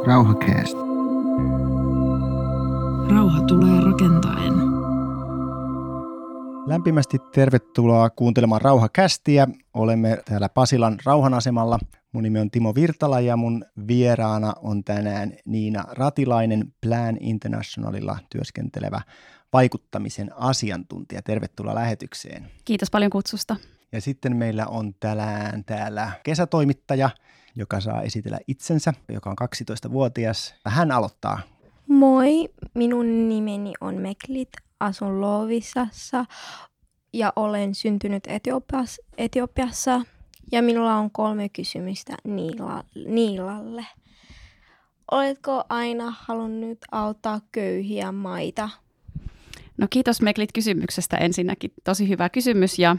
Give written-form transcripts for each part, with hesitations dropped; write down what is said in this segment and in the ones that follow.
Rauhacast. Rauha tulee rakentaen. Lämpimästi tervetuloa kuuntelemaan Rauhacastia. Olemme täällä Pasilan rauhanasemalla. Mun nimi on Timo Virtala ja mun vieraana on tänään Niina Ratilainen, Plan Internationalilla työskentelevä vaikuttamisen asiantuntija. Tervetuloa lähetykseen. Kiitos paljon kutsusta. Ja sitten meillä on täällä kesätoimittaja, joka saa esitellä itsensä, joka on 12-vuotias. Hän aloittaa. Moi, minun nimeni on Meklit, asun Lovisassa ja olen syntynyt Etiopiassa ja minulla on 3 kysymystä Niilalle. Oletko aina halunnut auttaa köyhiä maita? No kiitos Meklit kysymyksestä ensinnäkin. Tosi hyvä kysymys ja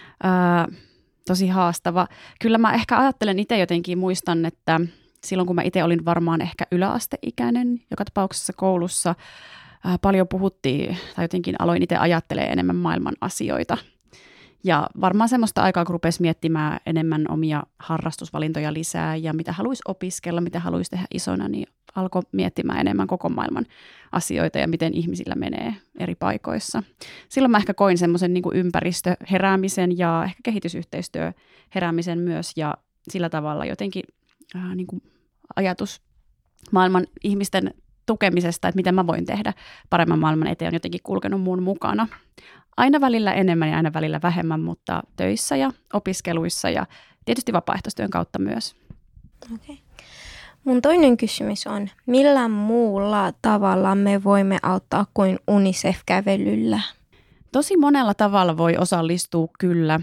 tosi haastava. Kyllä mä ehkä ajattelen itse jotenkin, muistan, että silloin kun mä itse olin varmaan ehkä yläasteikäinen, joka tapauksessa koulussa paljon puhuttiin tai jotenkin aloin itse ajattelemaan enemmän maailman asioita. Ja varmaan semmoista aikaa, kun rupesi miettimään enemmän omia harrastusvalintoja lisää ja mitä haluaisi opiskella, mitä haluaisi tehdä isona, niin alkoi miettimään enemmän koko maailman asioita ja miten ihmisillä menee eri paikoissa. Silloin mä ehkä koin semmoisen niin kuin ympäristöheräämisen ja ehkä kehitysyhteistyöheräämisen myös ja sillä tavalla jotenkin niin kuin ajatus maailman ihmisten tukemisesta, että miten mä voin tehdä paremman maailman eteen on jotenkin kulkenut mun mukana. Aina välillä enemmän ja aina välillä vähemmän, mutta töissä ja opiskeluissa ja tietysti vapaaehtoistyön kautta myös. Okay. Mun toinen kysymys on, millä muulla tavalla me voimme auttaa kuin UNICEF-kävelyllä? Tosi monella tavalla voi osallistua kyllä,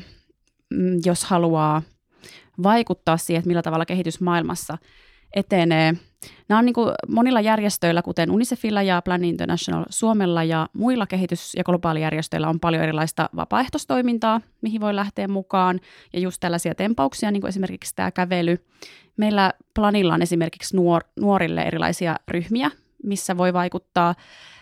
jos haluaa vaikuttaa siihen, että millä tavalla kehitys maailmassa etenee. Nämä on niin kuin monilla järjestöillä, kuten UNICEFilla ja Plan International Suomella ja muilla kehitys- ja globaalijärjestöillä on paljon erilaista vapaaehtoistoimintaa, mihin voi lähteä mukaan. Ja just tällaisia tempauksia, niin kuin esimerkiksi tämä kävely. Meillä Planilla on esimerkiksi nuorille erilaisia ryhmiä, missä voi vaikuttaa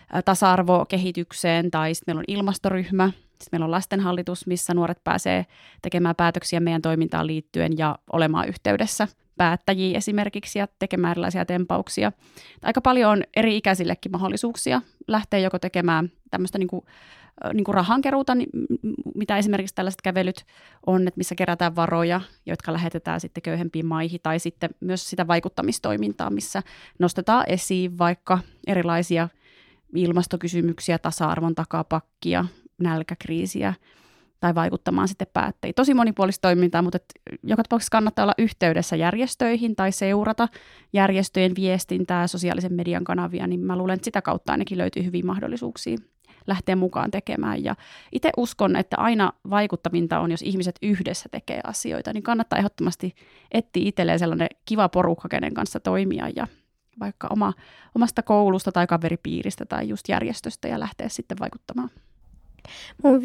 tasa-arvokehitykseen, tai sitten meillä on ilmastoryhmä. Sitten meillä on lastenhallitus, missä nuoret pääsee tekemään päätöksiä meidän toimintaan liittyen ja olemaan yhteydessä päättäjiä esimerkiksi ja tekemään erilaisia tempauksia. Aika paljon on eri ikäisillekin mahdollisuuksia lähteä joko tekemään tämmöistä niin kuin rahankeruuta, mitä esimerkiksi tällaiset kävelyt on, että missä kerätään varoja, jotka lähetetään sitten köyhempiin maihin, tai sitten myös sitä vaikuttamistoimintaa, missä nostetaan esiin vaikka erilaisia ilmastokysymyksiä, tasa-arvon takapakkia, nälkäkriisiä, tai vaikuttamaan sitten päättäjiin. Tosi monipuolista toimintaa, mutta joka tapauksessa kannattaa olla yhteydessä järjestöihin tai seurata järjestöjen viestintää, sosiaalisen median kanavia, niin mä luulen, että sitä kautta ainakin löytyy hyviä mahdollisuuksia lähteä mukaan tekemään. Ja itse uskon, että aina vaikuttavinta on, jos ihmiset yhdessä tekee asioita, niin kannattaa ehdottomasti etsiä itselleen sellainen kiva porukka, kenen kanssa toimia ja vaikka omasta koulusta tai kaveripiiristä tai just järjestöstä ja lähteä sitten vaikuttamaan. Mun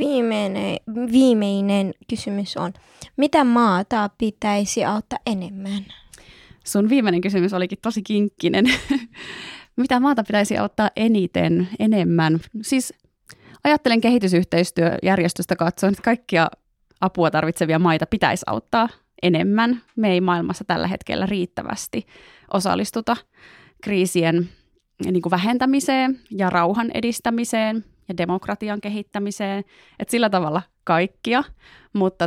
viimeinen kysymys on, mitä maata pitäisi auttaa enemmän? Sun viimeinen kysymys olikin tosi kinkkinen. Mitä maata pitäisi auttaa enemmän? Siis ajattelen kehitysyhteistyöjärjestöstä katsoen, että kaikkia apua tarvitsevia maita pitäisi auttaa enemmän. Me ei maailmassa tällä hetkellä riittävästi osallistuta kriisien niin kuin vähentämiseen ja rauhan edistämiseen ja demokratian kehittämiseen, että sillä tavalla kaikkia, mutta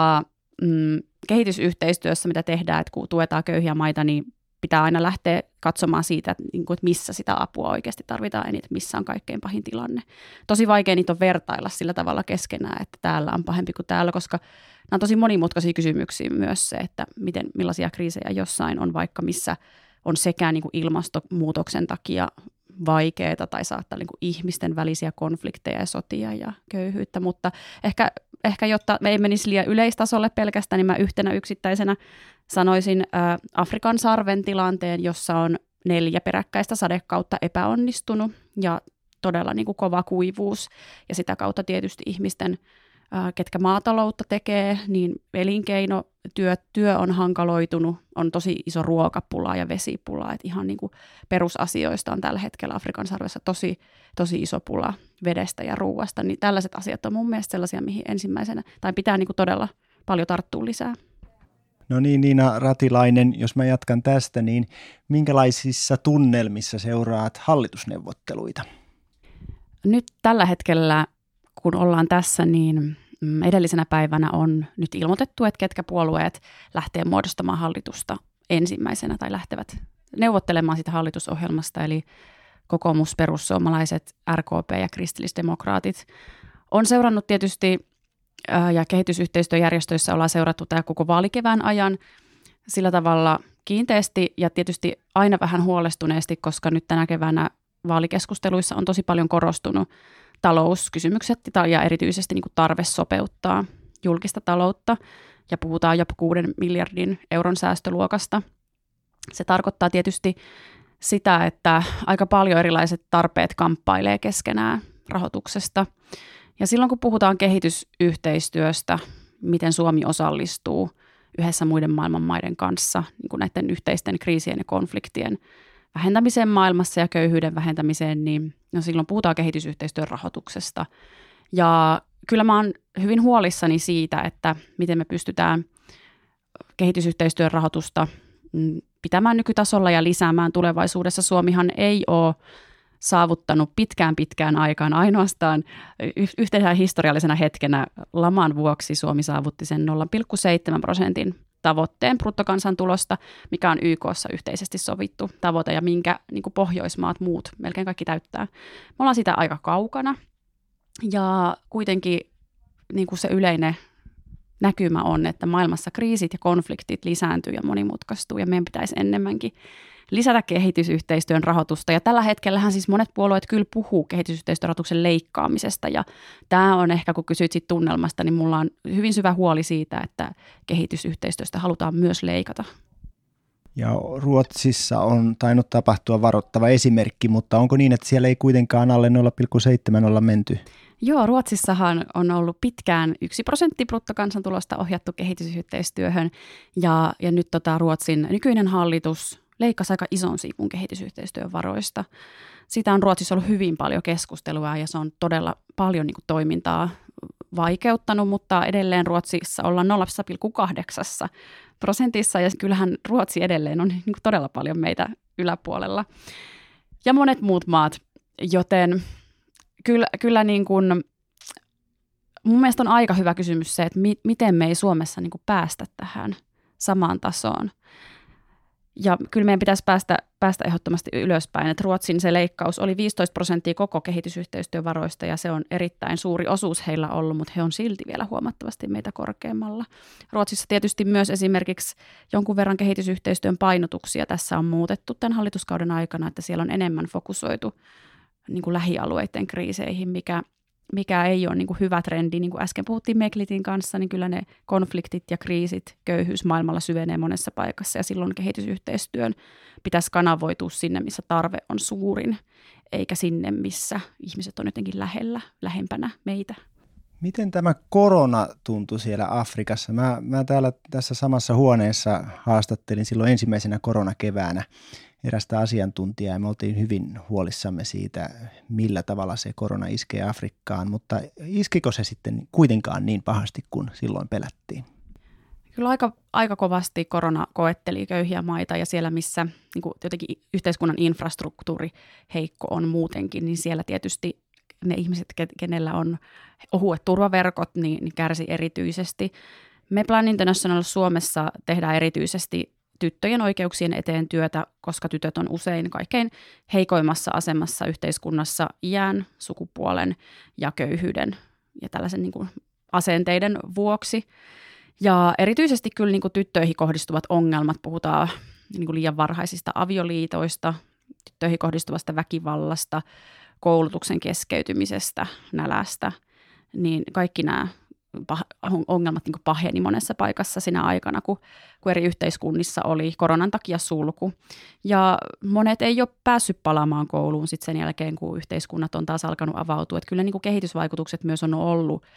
kehitysyhteistyössä, mitä tehdään, että kun tuetaan köyhiä maita, niin pitää aina lähteä katsomaan siitä, että missä sitä apua oikeasti tarvitaan eniten, missä on kaikkein pahin tilanne. Tosi vaikea niitä on vertailla sillä tavalla keskenään, että täällä on pahempi kuin täällä, koska nämä on tosi monimutkaisia kysymyksiä myös se, että millaisia kriisejä jossain on vaikka missä on sekä niin kuin ilmastonmuutoksen takia vaikeaa tai saattaa niin kuin ihmisten välisiä konflikteja ja sotia ja köyhyyttä, mutta ehkä jotta me ei menisi liian yleistasolle pelkästään, niin mä yhtenä yksittäisenä sanoisin Afrikan sarven tilanteen, jossa on 4 peräkkäistä sadekautta epäonnistunut ja todella niin kuin kova kuivuus ja sitä kautta tietysti ihmisten, ketkä maataloutta tekee, niin elinkeinotyö on hankaloitunut, on tosi iso ruokapula ja vesipula, että ihan niin kuin perusasioista on tällä hetkellä Afrikan sarvessa tosi iso pula vedestä ja ruuasta, niin tällaiset asiat on mun mielestä sellaisia, mihin ensimmäisenä, tai pitää niin kuin todella paljon tarttua lisää. No niin, Niina Ratilainen, jos mä jatkan tästä, niin minkälaisissa tunnelmissa seuraat hallitusneuvotteluita? Nyt tällä hetkellä, kun ollaan tässä, niin edellisenä päivänä on nyt ilmoitettu, että ketkä puolueet lähtee muodostamaan hallitusta ensimmäisenä tai lähtevät neuvottelemaan sitä hallitusohjelmasta, eli kokoomus, perussuomalaiset, RKP ja kristillisdemokraatit. On seurannut tietysti, ja kehitysyhteistyöjärjestöissä ollaan seurattu tämä koko vaalikevään ajan sillä tavalla kiinteästi ja tietysti aina vähän huolestuneesti, koska nyt tänä keväänä vaalikeskusteluissa on tosi paljon korostunut talouskysymykset ja erityisesti niin kuin tarve sopeuttaa julkista taloutta ja puhutaan jopa 6 miljardin euron säästöluokasta. Se tarkoittaa tietysti sitä, että aika paljon erilaiset tarpeet kamppailee keskenään rahoituksesta. Ja silloin kun puhutaan kehitysyhteistyöstä, miten Suomi osallistuu yhdessä muiden maailman maiden kanssa niin kuin näiden yhteisten kriisien ja konfliktien vähentämiseen maailmassa ja köyhyyden vähentämiseen, niin no silloin puhutaan kehitysyhteistyön rahoituksesta. Ja kyllä mä oon hyvin huolissani siitä, että miten me pystytään kehitysyhteistyön rahoitusta pitämään nykytasolla ja lisäämään tulevaisuudessa. Suomihan ei ole saavuttanut pitkään aikaan ainoastaan yhtenä historiallisena hetkenä laman vuoksi Suomi saavutti sen 0,7% tavoitteen bruttokansantulosta, mikä on YK:ssa yhteisesti sovittu tavoite ja minkä niin kuin Pohjoismaat muut melkein kaikki täyttää. Me ollaan sitä aika kaukana ja kuitenkin niin kuin se yleinen näkymä on, että maailmassa kriisit ja konfliktit lisääntyy ja monimutkaistuu ja meidän pitäisi enemmänkin lisätä kehitysyhteistyön rahoitusta. Ja tällä hetkellähän siis monet puolueet kyllä puhuu kehitysyhteistyön rahoituksen leikkaamisesta. Ja tämä on ehkä, kun kysyit siitä tunnelmasta, niin mulla on hyvin syvä huoli siitä, että kehitysyhteistyöstä halutaan myös leikata. Ja Ruotsissa on tainnut tapahtua varoittava esimerkki, mutta onko niin, että siellä ei kuitenkaan alle 0,7 olla menty? Joo, Ruotsissahan on ollut pitkään 1% bruttokansantulosta ohjattu kehitysyhteistyöhön. Ja nyt Ruotsin nykyinen hallitus leikkasi aika ison siivun kehitysyhteistyön varoista. Siitä on Ruotsissa ollut hyvin paljon keskustelua ja se on todella paljon niin kuin toimintaa vaikeuttanut, mutta edelleen Ruotsissa ollaan 0,8% ja kyllähän Ruotsi edelleen on niin kuin todella paljon meitä yläpuolella. Ja monet muut maat, joten kyllä niin kuin, mun mielestä on aika hyvä kysymys se, että miten me ei Suomessa niin kuin päästä tähän samaan tasoon. Ja kyllä meidän pitäisi päästä ehdottomasti ylöspäin, että Ruotsin se leikkaus oli 15% koko kehitysyhteistyövaroista ja se on erittäin suuri osuus heillä ollut, mutta he on silti vielä huomattavasti meitä korkeammalla. Ruotsissa tietysti myös esimerkiksi jonkun verran kehitysyhteistyön painotuksia tässä on muutettu tämän hallituskauden aikana, että siellä on enemmän fokusoitu niin kuin lähialueiden kriiseihin, mikä ei ole niin kuin hyvä trendi. Niin kuin äsken puhuttiin Meklitin kanssa, niin kyllä ne konfliktit ja kriisit, köyhyys maailmalla syvenee monessa paikassa ja silloin kehitysyhteistyön pitäisi kanavoitua sinne, missä tarve on suurin, eikä sinne, missä ihmiset on jotenkin lähempänä meitä. Miten tämä korona tuntui siellä Afrikassa? Mä täällä tässä samassa huoneessa haastattelin silloin ensimmäisenä koronakeväänä erästä asiantuntijaa ja me oltiin hyvin huolissamme siitä, millä tavalla se korona iskee Afrikkaan, mutta iskikö se sitten kuitenkaan niin pahasti kuin silloin pelättiin? Kyllä aika kovasti korona koetteli köyhiä maita ja siellä, missä niin kuin jotenkin yhteiskunnan infrastruktuuri heikko on muutenkin, niin siellä tietysti ne ihmiset, kenellä on ohuet turvaverkot, niin kärsi erityisesti. Me Plan International Suomessa tehdään erityisesti tyttöjen oikeuksien eteen työtä, koska tytöt on usein kaikkein heikoimmassa asemassa yhteiskunnassa iän, sukupuolen ja köyhyyden ja tällaisen niin kuin asenteiden vuoksi. Ja erityisesti kyllä niin kuin tyttöihin kohdistuvat ongelmat, puhutaan niin kuin liian varhaisista avioliitoista, tyttöihin kohdistuvasta väkivallasta, koulutuksen keskeytymisestä, nälästä, niin kaikki nämä ongelmat niin kuin paheni monessa paikassa siinä aikana, kun eri yhteiskunnissa oli koronan takia sulku. Ja monet ei ole päässyt palaamaan kouluun sit sen jälkeen, kun yhteiskunnat on taas alkanut avautua. Että kyllä niin kuin kehitysvaikutukset myös on ollut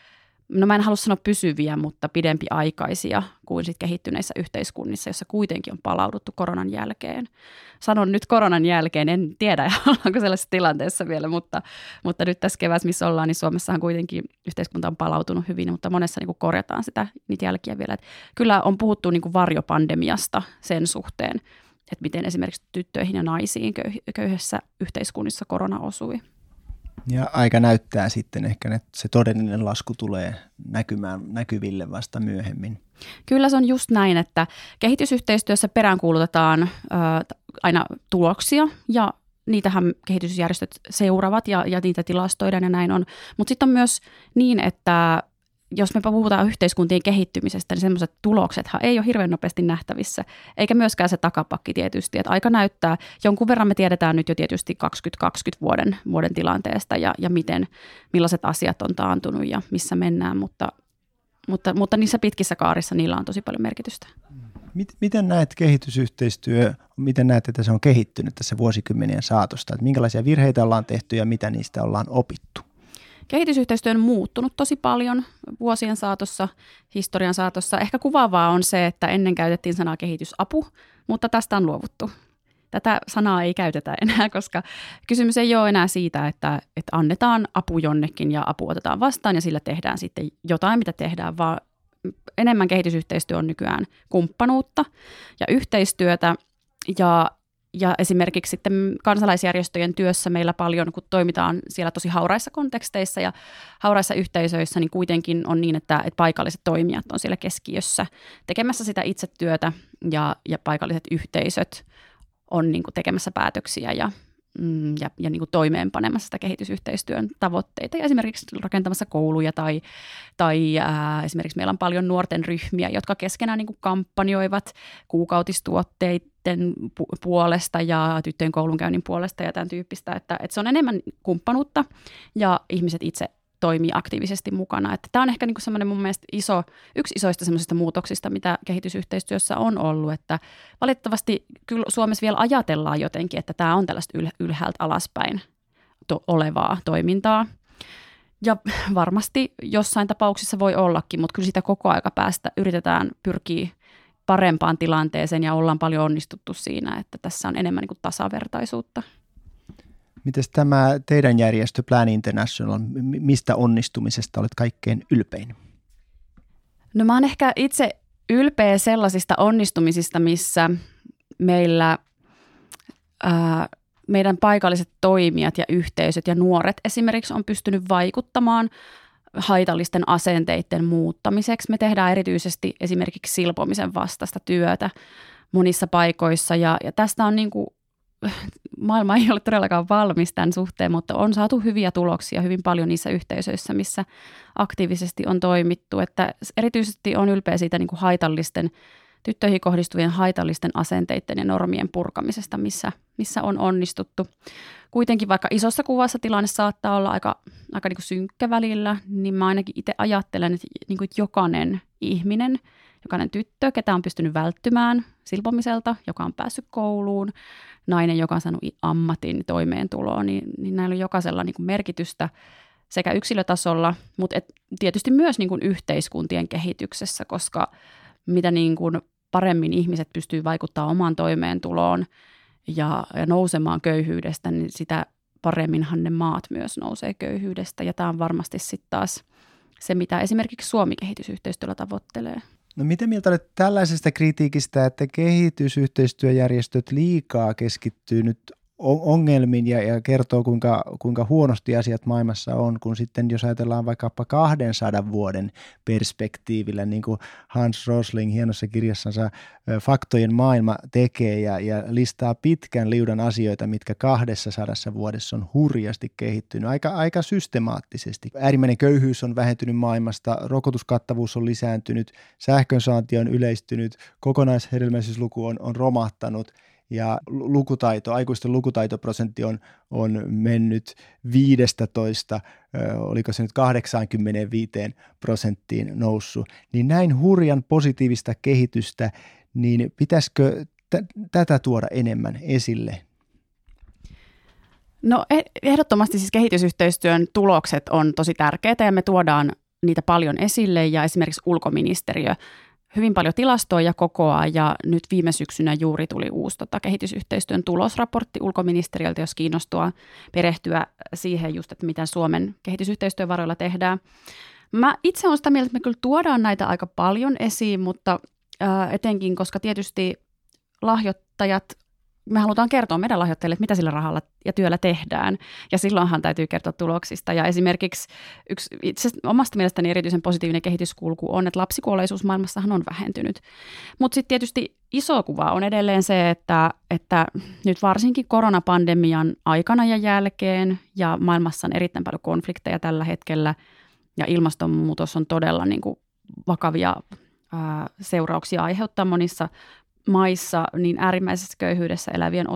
no mä en halua sanoa pysyviä, mutta pidempiaikaisia kuin sit kehittyneissä yhteiskunnissa, jossa kuitenkin on palauduttu koronan jälkeen. Sanon nyt koronan jälkeen, en tiedä ollaanko sellaisessa tilanteessa vielä, mutta nyt tässä keväässä, missä ollaan, niin Suomessahan kuitenkin yhteiskunta on palautunut hyvin, mutta monessa niin kuin korjataan niitä jälkiä vielä. Et kyllä on puhuttu niin kuin varjopandemiasta sen suhteen, että miten esimerkiksi tyttöihin ja naisiin köyhissä yhteiskunnissa korona osui. Ja aika näyttää sitten ehkä, että se todellinen lasku tulee näkyville vasta myöhemmin. Kyllä se on just näin, että kehitysyhteistyössä peräänkuulutetaan aina tuloksia ja niitähän kehitysjärjestöt seuraavat ja niitä tilastoidaan ja näin on. Mutta sitten on myös niin, että jos me puhutaan yhteiskuntien kehittymisestä, niin semmoiset tuloksethan ei ole hirveän nopeasti nähtävissä, eikä myöskään se takapakki tietysti, että aika näyttää, jonkun verran me tiedetään nyt jo tietysti 2020 vuoden tilanteesta ja millaiset asiat on taantunut ja missä mennään, mutta niissä pitkissä kaarissa niillä on tosi paljon merkitystä. Miten näet miten näet, että se on kehittynyt tässä vuosikymmenien saatosta, että minkälaisia virheitä ollaan tehty ja mitä niistä ollaan opittu? Kehitysyhteistyö on muuttunut tosi paljon vuosien saatossa, historian saatossa. Ehkä kuvaavaa on se, että ennen käytettiin sanaa kehitysapu, mutta tästä on luovuttu. Tätä sanaa ei käytetä enää, koska kysymys ei ole enää siitä, että annetaan apu jonnekin ja apu otetaan vastaan ja sillä tehdään sitten jotain, mitä tehdään, vaan enemmän kehitysyhteistyö on nykyään kumppanuutta ja yhteistyötä ja esimerkiksi sitten kansalaisjärjestöjen työssä meillä paljon, kun toimitaan siellä tosi hauraissa konteksteissa ja hauraissa yhteisöissä, niin kuitenkin on niin, että paikalliset toimijat on siellä keskiössä tekemässä sitä itse työtä ja paikalliset yhteisöt on niin kuin tekemässä päätöksiä ja niin kuin toimeenpanemassa sitä kehitysyhteistyön tavoitteita ja esimerkiksi rakentamassa kouluja tai esimerkiksi meillä on paljon nuorten ryhmiä, jotka keskenään niin kuin kampanjoivat kuukautistuotteiden puolesta ja tyttöjen koulunkäynnin puolesta ja tämän tyyppistä, että se on enemmän kumppanuutta ja ihmiset itse toimii aktiivisesti mukana. Että tämä on ehkä niin kuin semmoinen mun mielestä yksi isoista semmoisista muutoksista, mitä kehitysyhteistyössä on ollut, että valitettavasti kyllä Suomessa vielä ajatellaan jotenkin, että tämä on tällaista ylhäältä alaspäin olevaa toimintaa. Ja varmasti jossain tapauksissa voi ollakin, mutta kyllä sitä koko aika yritetään pyrkiä parempaan tilanteeseen ja ollaan paljon onnistuttu siinä, että tässä on enemmän niin kuin tasavertaisuutta. Mites tämä teidän järjestö Plan International, mistä onnistumisesta olet kaikkein ylpein? No mä oon ehkä itse ylpeä sellaisista onnistumisista, missä meidän paikalliset toimijat ja yhteisöt ja nuoret esimerkiksi on pystynyt vaikuttamaan haitallisten asenteiden muuttamiseksi. Me tehdään erityisesti esimerkiksi silpomisen vastaista työtä monissa paikoissa ja tästä on niin kuin maailma ei ole todellakaan valmis tämän suhteen, mutta on saatu hyviä tuloksia hyvin paljon niissä yhteisöissä, missä aktiivisesti on toimittu. Että erityisesti on ylpeä siitä niin kuin tyttöihin kohdistuvien haitallisten asenteiden ja normien purkamisesta, missä on onnistuttu. Kuitenkin vaikka isossa kuvassa tilanne saattaa olla aika niin kuin synkkä välillä, niin mä ainakin itse ajattelen, että niin kuin jokainen ihminen, jokainen tyttö, ketä on pystynyt välttymään silpomiselta, joka on päässyt kouluun, nainen, joka on saanut ammatin toimeentuloon, niin näillä on jokaisella niin kuin merkitystä sekä yksilötasolla, mutta tietysti myös niin kuin yhteiskuntien kehityksessä, koska mitä niin kuin paremmin ihmiset pystyy vaikuttamaan omaan toimeentuloon ja nousemaan köyhyydestä, niin sitä paremminhan ne maat myös nousee köyhyydestä. Ja tämä on varmasti sitten taas se, mitä esimerkiksi Suomi kehitysyhteistyöllä tavoittelee. No miten mieltä olet tällaisesta kritiikistä, että kehitysyhteistyöjärjestöt liikaa keskittyy nyt ongelmiin ja kertoo, kuinka huonosti asiat maailmassa on, kun sitten jos ajatellaan vaikkapa 200 vuoden perspektiivillä, niin kuin Hans Rosling hienossa kirjassansa Faktojen maailma tekee ja listaa pitkän liudan asioita, mitkä 200 vuodessa on hurjasti kehittynyt aika systemaattisesti. Äärimmäinen köyhyys on vähentynyt maailmasta, rokotuskattavuus on lisääntynyt, sähkönsaanti on yleistynyt, kokonaishedelmällisyysluku on romahtanut. Ja aikuisten lukutaitoprosentti on mennyt 15, oliko se nyt 85% noussut. Niin näin hurjan positiivista kehitystä, niin pitäisikö tätä tuoda enemmän esille? No ehdottomasti siis kehitysyhteistyön tulokset on tosi tärkeitä ja me tuodaan niitä paljon esille ja esimerkiksi ulkoministeriö hyvin paljon tilastoi ja kokoaa ja nyt viime syksynä juuri tuli uusi kehitysyhteistyön tulosraportti ulkoministeriöltä, jos kiinnostua perehtyä siihen just, että miten Suomen kehitysyhteistyövaroilla tehdään. Mä itse olen sitä mieltä, että me kyllä tuodaan näitä aika paljon esiin, mutta etenkin, koska tietysti lahjoittajat, me halutaan kertoa meidän lahjoittajille, että mitä sillä rahalla ja työllä tehdään. Ja silloinhan täytyy kertoa tuloksista. Ja esimerkiksi yksi itse omasta mielestäni erityisen positiivinen kehityskulku on, että lapsikuolleisuus maailmassahan on vähentynyt. Mutta sitten tietysti iso kuva on edelleen se, että nyt varsinkin koronapandemian aikana ja jälkeen, ja maailmassa on erittäin paljon konflikteja tällä hetkellä, ja ilmastonmuutos on todella niin kuin vakavia seurauksia aiheuttaa monissa maissa, niin äärimmäisessä köyhyydessä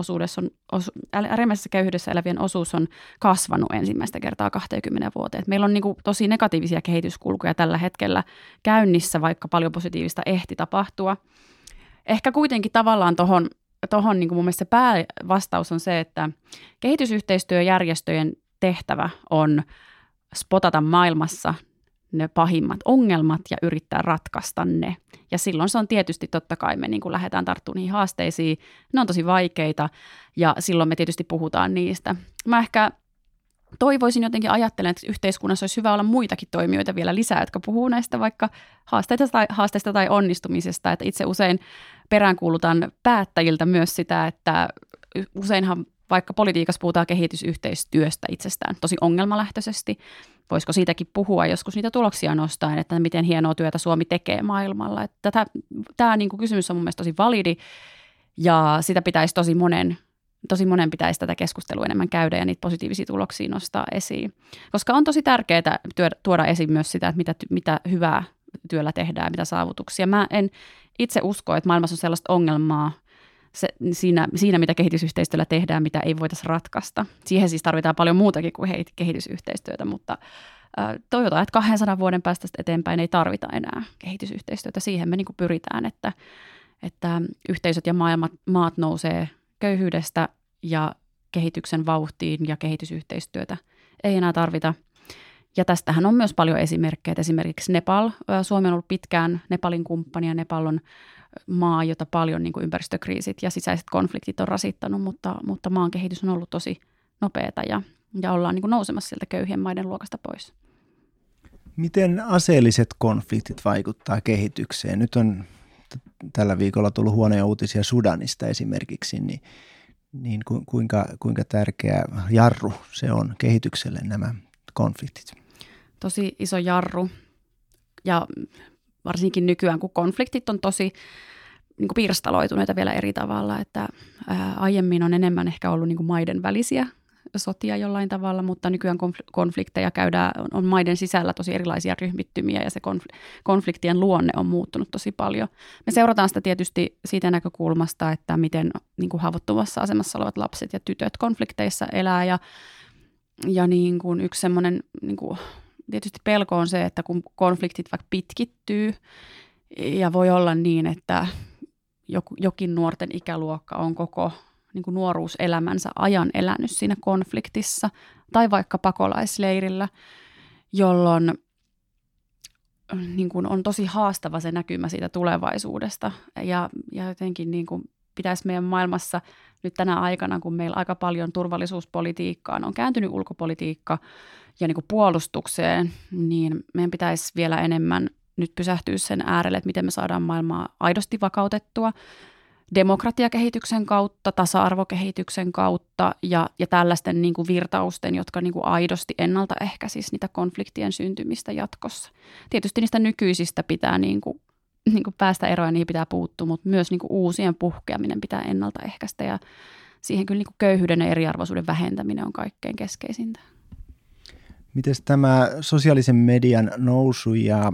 elävien osuus on kasvanut ensimmäistä kertaa 20 vuoteen. Meillä on niin kuin tosi negatiivisia kehityskulkuja tällä hetkellä käynnissä, vaikka paljon positiivista ehti tapahtua. Ehkä kuitenkin tavallaan tuohon niin kuin mun mielestä se päävastaus on se, että kehitysyhteistyöjärjestöjen tehtävä on spotata maailmassa ne pahimmat ongelmat ja yrittää ratkaista ne. Ja silloin se on tietysti totta kai me niin kuin lähdetään tarttumaan niihin haasteisiin. Ne on tosi vaikeita ja silloin me tietysti puhutaan niistä. Mä ehkä toivoisin ajattelen, että yhteiskunnassa olisi hyvä olla muitakin toimijoita vielä lisää, jotka puhuu näistä vaikka haasteista tai onnistumisesta. Että itse usein peräänkuulutan päättäjiltä myös sitä, että useinhan vaikka politiikassa puhutaan kehitysyhteistyöstä itsestään tosi ongelmalähtöisesti. Voisiko siitäkin puhua joskus niitä tuloksia nostaen, että miten hienoa työtä Suomi tekee maailmalla. Tämä niin kuin kysymys on mun mielestä tosi validi ja sitä pitäisi tosi monen pitäisi tätä keskustelua enemmän käydä ja niitä positiivisia tuloksia nostaa esiin. Koska on tosi tärkeää tuoda esiin myös sitä, että mitä hyvää työllä tehdään ja mitä saavutuksia. Mä en itse usko, että maailmassa on sellaista ongelmaa, siinä, mitä kehitysyhteistyöllä tehdään, mitä ei voitaisi ratkaista. Siihen siis tarvitaan paljon muutakin kuin kehitysyhteistyötä, mutta toivotaan, että 200 vuoden päästä eteenpäin ei tarvita enää kehitysyhteistyötä. Siihen me niin kuin pyritään, että yhteisöt ja maat nousee köyhyydestä ja kehityksen vauhtiin ja kehitysyhteistyötä ei enää tarvita. Ja tästähän on myös paljon esimerkkejä. Esimerkiksi Nepal. Suomi on ollut pitkään Nepalin kumppani ja Nepal on maa, jota paljon niin kuin ympäristökriisit ja sisäiset konfliktit on rasittanut, mutta maan kehitys on ollut tosi nopeata ja ollaan niin kuin nousemassa sieltä köyhien maiden luokasta pois. Miten aseelliset konfliktit vaikuttaa kehitykseen? Nyt on tällä viikolla tullut huonoja uutisia Sudanista esimerkiksi, niin kuinka tärkeä jarru se on kehitykselle nämä konfliktit? Tosi iso jarru ja varsinkin nykyään, kun konfliktit on tosi niin kuin pirstaloituneita vielä eri tavalla, että aiemmin on enemmän ehkä ollut niin kuin maiden välisiä sotia jollain tavalla, mutta nykyään konflikteja on maiden sisällä tosi erilaisia ryhmittymiä ja se konfliktien luonne on muuttunut tosi paljon. Me seurataan sitä tietysti siitä näkökulmasta, että miten niin kuin haavoittuvassa asemassa olevat lapset ja tytöt konflikteissa elää ja niin kuin yksi semmoinen niin kuin tietysti pelko on se, että kun konfliktit vaikka pitkittyy ja voi olla niin, että jokin nuorten ikäluokka on koko niin kuin nuoruuselämänsä ajan elänyt siinä konfliktissa tai vaikka pakolaisleirillä, jolloin niin kuin on tosi haastava se näkymä siitä tulevaisuudesta ja jotenkin niin kuin pitäisi meidän maailmassa nyt tänä aikana, kun meillä aika paljon turvallisuuspolitiikkaan on kääntynyt ulkopolitiikka ja niin kuin puolustukseen, niin meidän pitäisi vielä enemmän nyt pysähtyä sen äärelle, että miten me saadaan maailmaa aidosti vakautettua demokratiakehityksen kautta, tasa-arvokehityksen kautta ja tällaisten niin kuin virtausten, jotka niin kuin aidosti ennaltaehkäisisi niitä konfliktien syntymistä jatkossa. Tietysti niistä nykyisistä pitää niin kuin päästä eroon ja niihin pitää puuttua, mutta myös niin kuin uusien puhkeaminen pitää ennaltaehkäistä ja siihen kyllä niin kuin köyhyyden ja eriarvoisuuden vähentäminen on kaikkein keskeisintä. Miten tämä sosiaalisen median nousu ja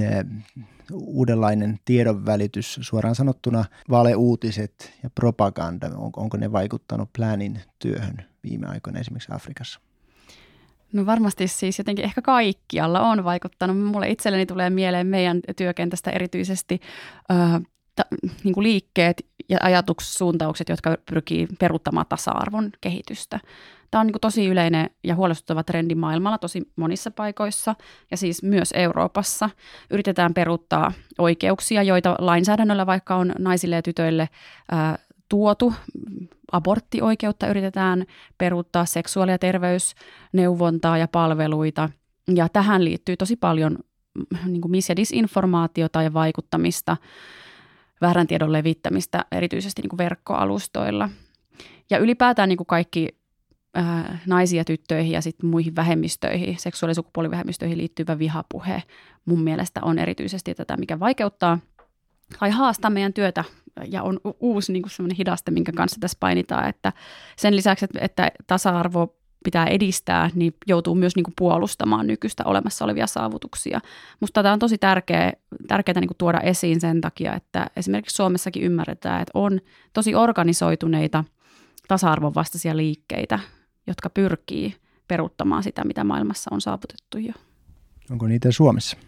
uudenlainen tiedonvälitys, suoraan sanottuna valeuutiset ja propaganda, onko ne vaikuttanut Planin työhön viime aikoina esimerkiksi Afrikassa? No varmasti siis jotenkin ehkä kaikkialla on vaikuttanut. Mulle itselleni tulee mieleen meidän työkentästä erityisesti niin kuin liikkeet, ja ajatussuuntaukset, jotka pyrkii peruuttamaan tasa-arvon kehitystä. Tämä on niin kuin tosi yleinen ja huolestuttava trendi maailmalla tosi monissa paikoissa ja siis myös Euroopassa. Yritetään peruuttaa oikeuksia, joita lainsäädännöllä vaikka on naisille ja tytöille tuotu. Aborttioikeutta yritetään peruuttaa, seksuaali- ja terveysneuvontaa ja palveluita. Ja tähän liittyy tosi paljon niin kuin mis- ja disinformaatiota ja vaikuttamista, väärän tiedon levittämistä, erityisesti niin kuin verkkoalustoilla. Ja ylipäätään niin kuin kaikki naisiin ja tyttöihin ja sitten muihin vähemmistöihin, seksuaali- ja sukupuolivähemmistöihin liittyvä vihapuhe mun mielestä on erityisesti tätä, mikä vaikeuttaa tai haastaa meidän työtä ja on uusi niin kuin sellainen hidaste, minkä kanssa tässä painitaan, että sen lisäksi, että tasa-arvo pitää edistää, niin joutuu myös niin kuin puolustamaan nykyistä olemassa olevia saavutuksia. Musta tämä on tosi tärkeää niin kuin tuoda esiin sen takia, että esimerkiksi Suomessakin ymmärretään, että on tosi organisoituneita tasa-arvon vastaisia liikkeitä, jotka pyrkii peruuttamaan sitä, mitä maailmassa on saavutettu jo. Onko niitä Suomessa?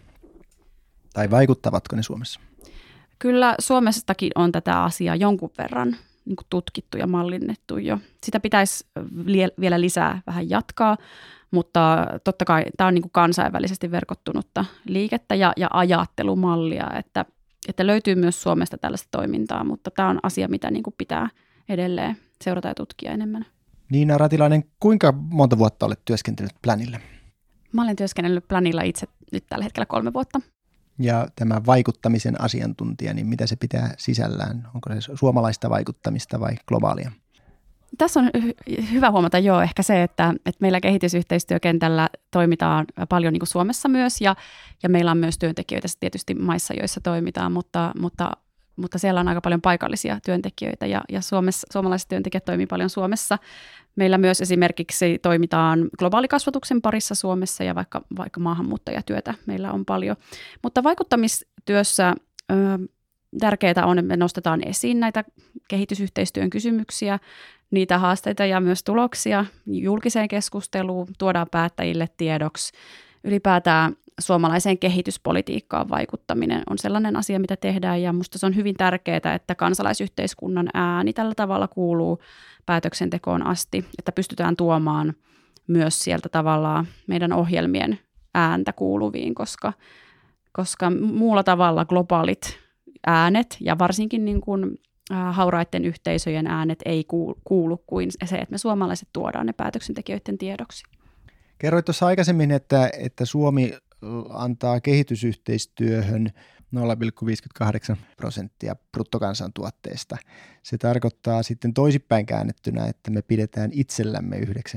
Tai vaikuttavatko ne Suomessa? Kyllä Suomessakin on tätä asiaa jonkun verran niin kuin tutkittu ja mallinnettu jo. Sitä pitäisi vielä lisää vähän jatkaa, mutta totta kai tämä on niin kuin kansainvälisesti verkottunutta liikettä ja ajattelumallia, että löytyy myös Suomesta tällaista toimintaa, mutta tämä on asia, mitä niin kuin pitää edelleen seurata ja tutkia enemmän. Niina Ratilainen, kuinka monta vuotta olet työskennellyt Planilla? Mä olen työskennellyt Planilla itse nyt tällä hetkellä 3 vuotta. Ja tämä vaikuttamisen asiantuntija, niin mitä se pitää sisällään? Onko se suomalaista vaikuttamista vai globaalia? Tässä on hyvä huomata ehkä se, että meillä kehitysyhteistyökentällä toimitaan paljon niin kuin Suomessa myös ja meillä on myös työntekijöitä tietysti maissa, joissa toimitaan, mutta siellä on aika paljon paikallisia työntekijöitä ja suomalaiset työntekijät toimii paljon Suomessa. Meillä myös esimerkiksi toimitaan globaalikasvatuksen parissa Suomessa ja vaikka maahanmuuttajatyötä meillä on paljon. Mutta vaikuttamistyössä tärkeää on, että me nostetaan esiin näitä kehitysyhteistyön kysymyksiä, niitä haasteita ja myös tuloksia julkiseen keskusteluun, tuodaan päättäjille tiedoksi. Ylipäätään suomalaiseen kehityspolitiikkaan vaikuttaminen on sellainen asia, mitä tehdään ja musta se on hyvin tärkeää, että kansalaisyhteiskunnan ääni tällä tavalla kuuluu päätöksentekoon asti, että pystytään tuomaan myös sieltä tavallaan meidän ohjelmien ääntä kuuluviin, koska muulla tavalla globaalit äänet ja varsinkin niin kuin hauraiden yhteisöjen äänet ei kuulu kuin se, että me suomalaiset tuodaan ne päätöksentekijöiden tiedoksi. Kerroit tuossa aikaisemmin, että Suomi antaa kehitysyhteistyöhön 0,58% bruttokansantuotteesta. Se tarkoittaa sitten toisinpäin käännettynä, että me pidetään itsellämme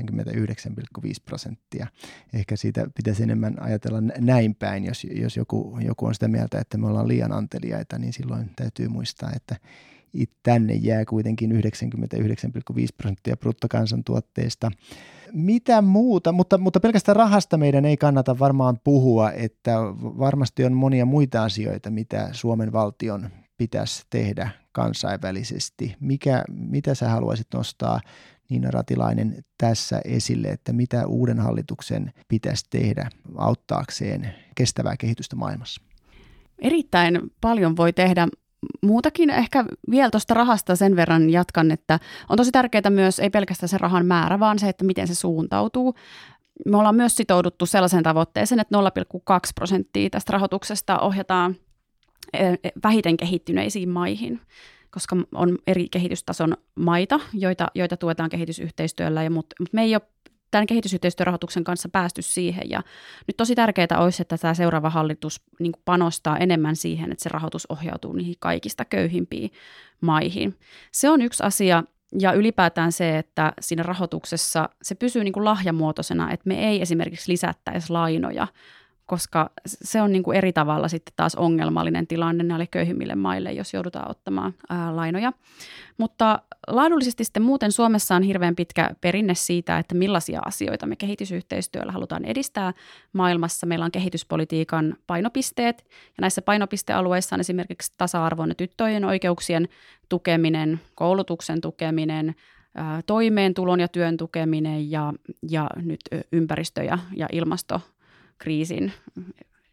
99,5%. Ehkä siitä pitäisi enemmän ajatella näin päin, jos joku on sitä mieltä, että me ollaan liian anteliaita, niin silloin täytyy muistaa, että tänne jää kuitenkin 99,5% bruttokansantuotteesta. Mitä muuta, mutta pelkästään rahasta meidän ei kannata varmaan puhua, että varmasti on monia muita asioita, mitä Suomen valtion pitäisi tehdä kansainvälisesti. Mitä sä haluaisit nostaa, Niina Ratilainen, tässä esille, että mitä uuden hallituksen pitäisi tehdä auttaakseen kestävää kehitystä maailmassa? Erittäin paljon voi tehdä. Muutakin ehkä vielä tuosta rahasta sen verran jatkan, että on tosi tärkeää myös ei pelkästään se rahan määrä, vaan se, että miten se suuntautuu. Me ollaan myös sitouduttu sellaiseen tavoitteeseen, että 0,2% tästä rahoituksesta ohjataan vähiten kehittyneisiin maihin, koska on eri kehitystason maita, joita tuetaan kehitysyhteistyöllä, mutta me ei ole tämän kehitysyhteistyörahoituksen kanssa päästy siihen. Ja nyt tosi tärkeää olisi, että tämä seuraava hallitus niin kuin panostaa enemmän siihen, että se rahoitus ohjautuu niihin kaikista köyhimpiin maihin. Se on yksi asia. Ja ylipäätään se, että siinä rahoituksessa se pysyy niin kuin lahjamuotoisena, että me ei esimerkiksi lisättäisi lainoja, koska se on niin kuin eri tavalla sitten taas ongelmallinen tilanne näille köyhimmille maille, jos joudutaan ottamaan lainoja. Mutta laadullisesti sitten muuten Suomessa on hirveän pitkä perinne siitä, että millaisia asioita me kehitysyhteistyöllä halutaan edistää maailmassa. Meillä on kehityspolitiikan painopisteet ja näissä painopistealueissa on esimerkiksi tasa-arvon ja tyttöjen oikeuksien tukeminen, koulutuksen tukeminen, toimeentulon ja työn tukeminen ja nyt ympäristö- ja ilmastokriisin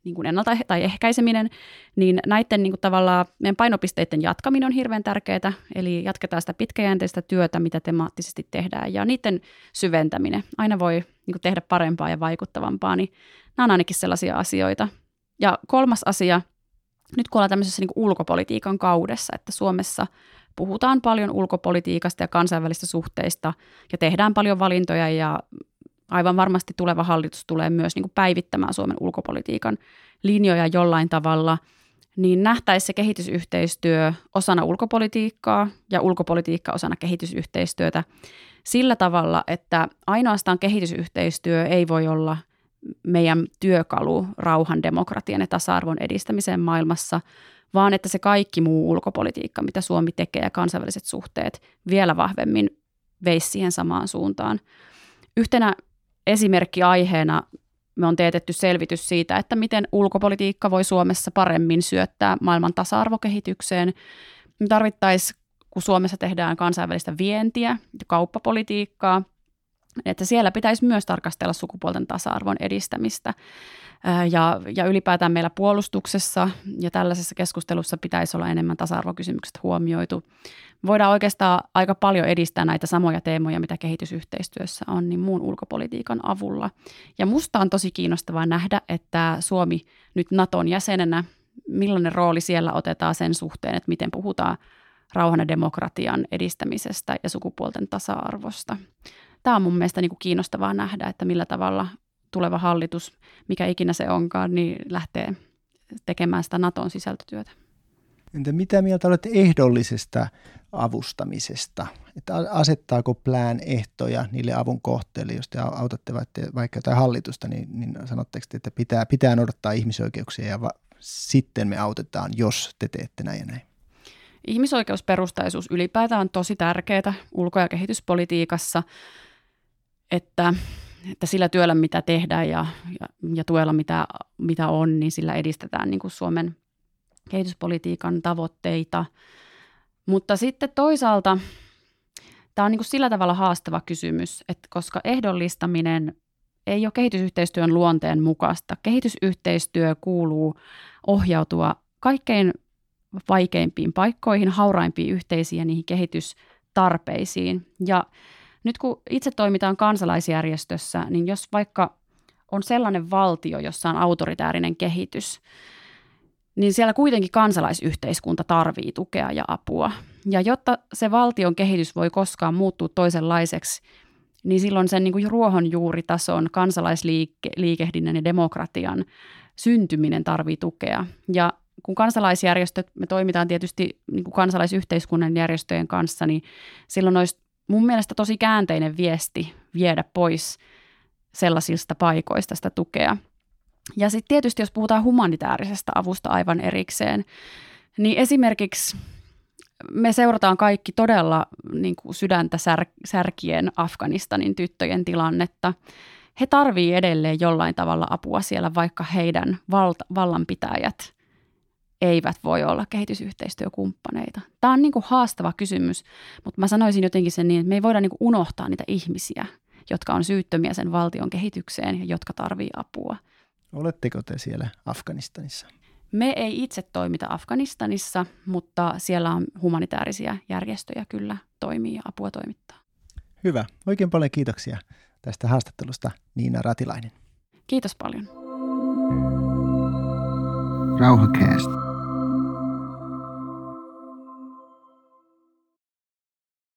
niin kuin ennalta tai ehkäiseminen, niin näiden niin kuin tavallaan meidän painopisteiden jatkaminen on hirveän tärkeää, eli jatketaan sitä pitkäjänteistä työtä, mitä temaattisesti tehdään, ja niiden syventäminen. Aina voi niin kuin tehdä parempaa ja vaikuttavampaa, niin nämä on ainakin sellaisia asioita. Ja kolmas asia, nyt kun ollaan tämmöisessä niin kuin ulkopolitiikan kaudessa, että Suomessa puhutaan paljon ulkopolitiikasta ja kansainvälistä suhteista, ja tehdään paljon valintoja, ja aivan varmasti tuleva hallitus tulee myös niin kuin päivittämään Suomen ulkopolitiikan linjoja jollain tavalla, niin nähtäisi se kehitysyhteistyö osana ulkopolitiikkaa ja ulkopolitiikka osana kehitysyhteistyötä sillä tavalla, että ainoastaan kehitysyhteistyö ei voi olla meidän työkalu rauhan, demokratian ja tasa-arvon edistämiseen maailmassa, vaan että se kaikki muu ulkopolitiikka, mitä Suomi tekee ja kansainväliset suhteet vielä vahvemmin veisi siihen samaan suuntaan. Yhtenä esimerkkiaiheena me on teetetty selvitys siitä, että miten ulkopolitiikka voi Suomessa paremmin syöttää maailman tasa-arvokehitykseen. Me tarvittaisiin, kun Suomessa tehdään kansainvälistä vientiä ja kauppapolitiikkaa, että siellä pitäisi myös tarkastella sukupuolten tasa-arvon edistämistä. Ja ylipäätään meillä puolustuksessa ja tällaisessa keskustelussa pitäisi olla enemmän tasa-arvokysymykset huomioitu. Voidaan oikeastaan aika paljon edistää näitä samoja teemoja, mitä kehitysyhteistyössä on, niin muun ulkopolitiikan avulla. Ja musta on tosi kiinnostavaa nähdä, että Suomi nyt Naton jäsenenä, millainen rooli siellä otetaan sen suhteen, että miten puhutaan rauhan ja demokratian edistämisestä ja sukupuolten tasa-arvosta. Tämä on mun mielestä niin kuin kiinnostavaa nähdä, että millä tavalla tuleva hallitus, mikä ikinä se onkaan, niin lähtee tekemään sitä Naton sisältötyötä. Entä mitä mieltä olette ehdollisesta avustamisesta? Että asettaako Plan ehtoja niille avun kohteille, jos te autatte vaikka jotain hallitusta, niin sanotteko te, että pitää noudattaa ihmisoikeuksia ja sitten me autetaan, jos te teette näin ja näin? Ihmisoikeusperustaisuus ylipäätään on tosi tärkeää ulko- ja kehityspolitiikassa, että sillä työllä, mitä tehdään ja tuella, mitä on, niin sillä edistetään niin kuin Suomen kehityspolitiikan tavoitteita. Mutta sitten toisaalta tämä on niin kuin sillä tavalla haastava kysymys, että koska ehdollistaminen ei ole kehitysyhteistyön luonteen mukaista. Kehitysyhteistyö kuuluu ohjautua kaikkein vaikeimpiin paikkoihin, hauraimpiin yhteisiin ja niihin kehitystarpeisiin. Ja nyt kun itse toimitaan kansalaisjärjestössä, niin jos vaikka on sellainen valtio, jossa on autoritäärinen kehitys, niin siellä kuitenkin kansalaisyhteiskunta tarvitsee tukea ja apua. Ja jotta se valtion kehitys voi koskaan muuttua toisenlaiseksi, niin silloin sen niin kuin ruohonjuuritason kansalaisliikehdinnän ja demokratian syntyminen tarvitsee tukea. Ja kun kansalaisjärjestöt, me toimitaan tietysti niin kuin kansalaisyhteiskunnan järjestöjen kanssa, niin silloin olisi mun mielestä tosi käänteinen viesti viedä pois sellaisista paikoista sitä tukea. Ja sitten tietysti, jos puhutaan humanitaarisesta avusta aivan erikseen, niin esimerkiksi me seurataan kaikki todella niin kuin sydäntä särkien Afganistanin tyttöjen tilannetta. He tarvitsevat edelleen jollain tavalla apua siellä, vaikka heidän vallanpitäjät eivät voi olla kehitysyhteistyökumppaneita. Tämä on niin kuin haastava kysymys, mutta mä sanoisin jotenkin sen niin, että me ei voida niin kuin unohtaa niitä ihmisiä, jotka on syyttömiä sen valtion kehitykseen ja jotka tarvitsevat apua. Oletteko te siellä Afganistanissa? Me ei itse toimita Afganistanissa, mutta siellä on humanitaarisia järjestöjä kyllä toimii ja apua toimittaa. Hyvä. Oikein paljon kiitoksia tästä haastattelusta, Niina Ratilainen. Kiitos paljon. Rauhacast.